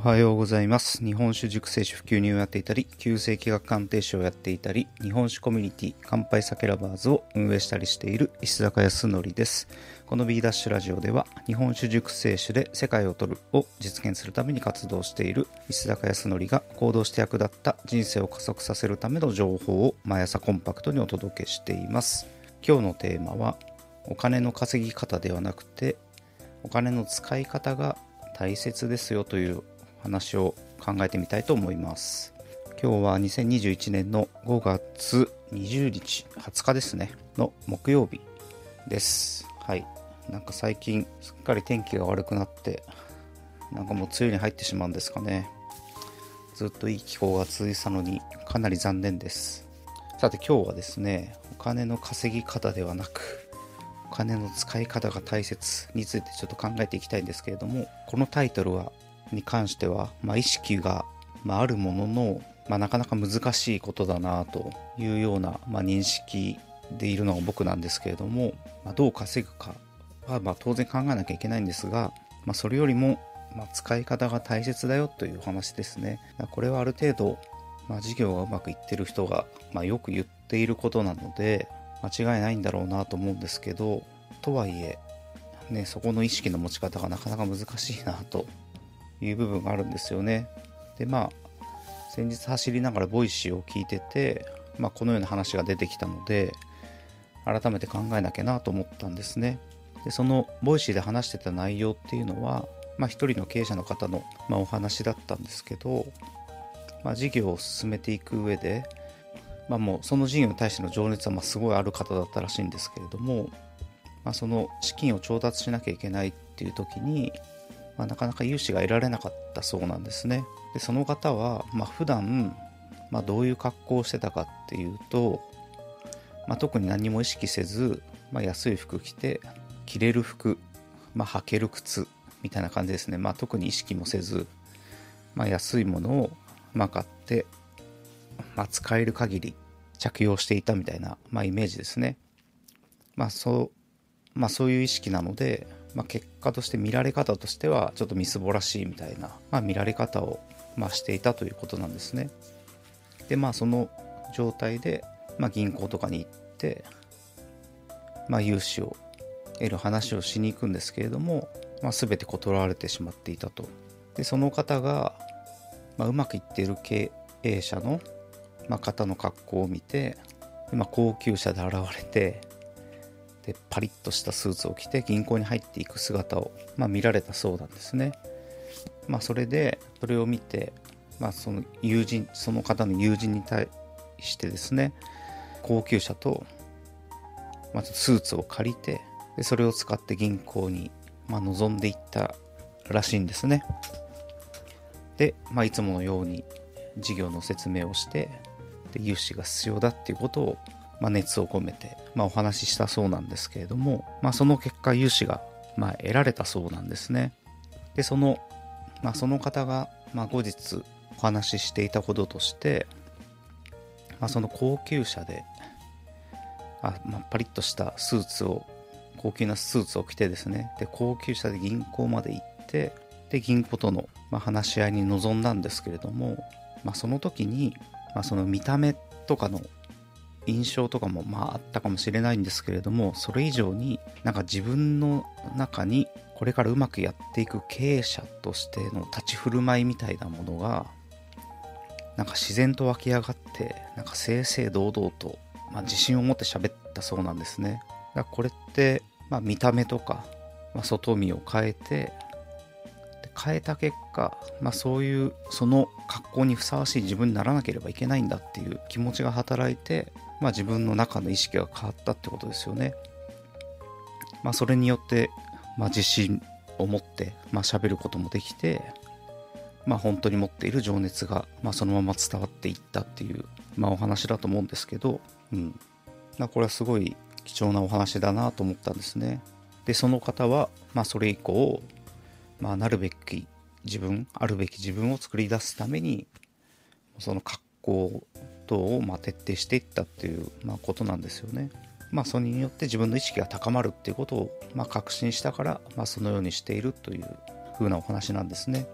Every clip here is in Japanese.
おはようございます。日本酒熟成酒普及人をやっていたり、旧世紀学鑑定士をやっていたり、日本酒コミュニティ乾杯酒ラバーズを運営したりしている石坂康則です。この B ダッシュラジオでは、日本酒熟成酒で世界を取るを実現するために活動している石坂康則が行動して役立った人生を加速させるための情報を毎朝コンパクトにお届けしています。今日のテーマは、お金の稼ぎ方ではなくて、お金の使い方が大切ですよという話を考えてみたいと思います。今日は2021年の5月20日20日ですねの木曜日です。はい、なんか最近すっかり天気が悪くなって、なんかもう梅雨に入ってしまうんですかね。ずっといい気候が続いてたのにかなり残念です。さて今日はですね、お金の稼ぎ方ではなくお金の使い方が大切についてちょっと考えていきたいんですけれども、このタイトルに関しては、意識が、あるものの、なかなか難しいことだなというような、認識でいるのが僕なんですけれども、どう稼ぐかは、当然考えなきゃいけないんですが、それよりも、使い方が大切だよという話ですね。これはある程度、事業がうまくいってる人が、よく言っていることなので間違いないんだろうなと思うんですけど、とはいえ、そこの意識の持ち方がなかなか難しいなという部分があるんですよね。で先日走りながらボイシーを聞いてて、このような話が出てきたので改めて考えなきゃなと思ったんですね。でそのボイシーで話してた内容っていうのは、一人の経営者の方の、お話だったんですけど、事業を進めていく上で、もうその事業に対しての情熱はすごいある方だったらしいんですけれども、その資金を調達しなきゃいけないっていう時に、なかなか融資が得られなかったそうなんですね。でその方は、普段、どういう格好をしてたかっていうと、特に何も意識せず、安い服着て、着れる服、履ける靴みたいな感じですね。特に意識もせず、安いものを、買って、使える限り着用していたみたいな、イメージですね。そういう意識なので、結果として見られ方としてはちょっとみすぼらしいみたいな、見られ方を、していたということなんですね。でその状態で、銀行とかに行って、融資を得る話をしに行くんですけれども、全て断られてしまっていたと。でその方が、うまくいっている経営者の、方の格好を見て、高級車で現れて、でパリッとしたスーツを着て銀行に入っていく姿を、見られたそうなんですね。それを見て、その方の友人に対してですね、高級車と、スーツを借りて、でそれを使って銀行に、臨んでいったらしいんですね。で、いつものように事業の説明をして、で融資が必要だっていうことを、熱を込めて、お話ししたそうなんですけれども、その結果融資が、得られたそうなんですね。でその方が、後日お話ししていたこととして、その高級車でパリッとした高級なスーツを着てですね、で高級車で銀行まで行って、で銀行との、話し合いに臨んだんですけれども、その時に、その見た目とかの印象とかもあったかもしれないんですけれども、それ以上に自分の中にこれからうまくやっていく経営者としての立ち振る舞いみたいなものが自然と湧き上がって、正々堂々と、自信を持って喋ったそうなんですね。だからこれって、見た目とか、外見を変えて、変えた結果、その格好にふさわしい自分にならなければいけないんだっていう気持ちが働いて、自分の中の意識が変わったってことですよね。それによって、自信を持って喋ることもできて、本当に持っている情熱が、そのまま伝わっていったっていう、お話だと思うんですけど、これはすごい貴重なお話だなと思ったんですね。でその方は、それ以降、あるべき自分を作り出すために、その格好等を徹底していったっていう、ことなんですよね。それによって自分の意識が高まるっていうことを、確信したから、そのようにしているという風なお話なんですね。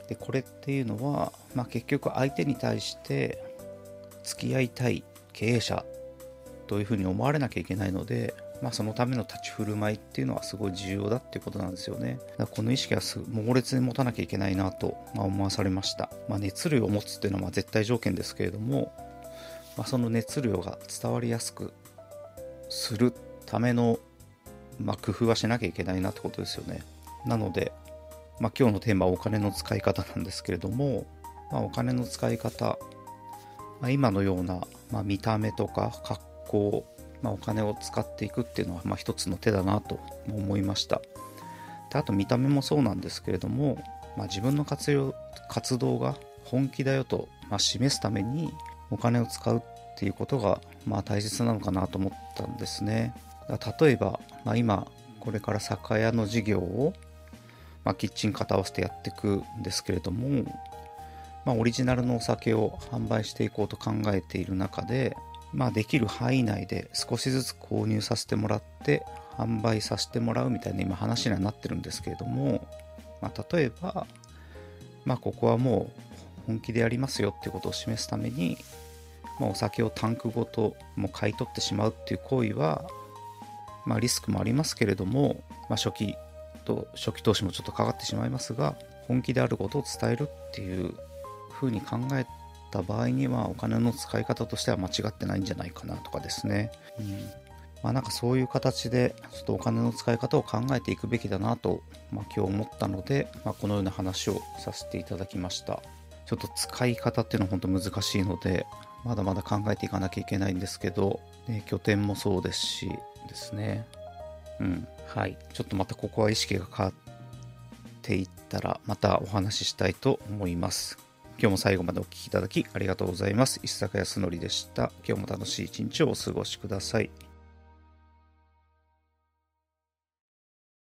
でこれっていうのは、結局相手に対して付き合いたい経営者というふうに思われなきゃいけないので、そのための立ち振る舞いっていうのはすごい重要だっていうことなんですよね。だからこの意識は猛烈に持たなきゃいけないなと思わされました。熱量を持つっていうのは絶対条件ですけれども、その熱量が伝わりやすくするための、工夫はしなきゃいけないなってことですよね。なので、今日のテーマはお金の使い方なんですけれども、お金の使い方、今のような、見た目とか格好、お金を使っていくっていうのは、一つの手だなと思いました。であと見た目もそうなんですけれども、自分の活動が本気だよと、示すためにお金を使うっていうことが、大切なのかなと思ったんですね。例えば、今これから酒屋の事業を、キッチン片合わせてやっていくんですけれども、オリジナルのお酒を販売していこうと考えている中で、できる範囲内で少しずつ購入させてもらって販売させてもらうみたいな今話にはなってるんですけれども、例えば、ここはもう本気でやりますよっていうことを示すために、お酒をタンクごともう買い取ってしまうっていう行為は、リスクもありますけれども、初期投資もちょっとかかってしまいますが、本気であることを伝えるっていうふうに考えた場合には、お金の使い方としては間違ってないんじゃないかなとかですね。なんかそういう形でちょっとお金の使い方を考えていくべきだなと、今日思ったので、このような話をさせていただきました。ちょっと使い方っていうのは本当難しいので、まだまだ考えていかなきゃいけないんですけど、拠点もそうですしですね。はい。ちょっとまたここは意識が変わっていったら、またお話ししたいと思います。今日も最後までお聞きいただきありがとうございます。石坂康則でした。今日も楽しい一日をお過ごしください。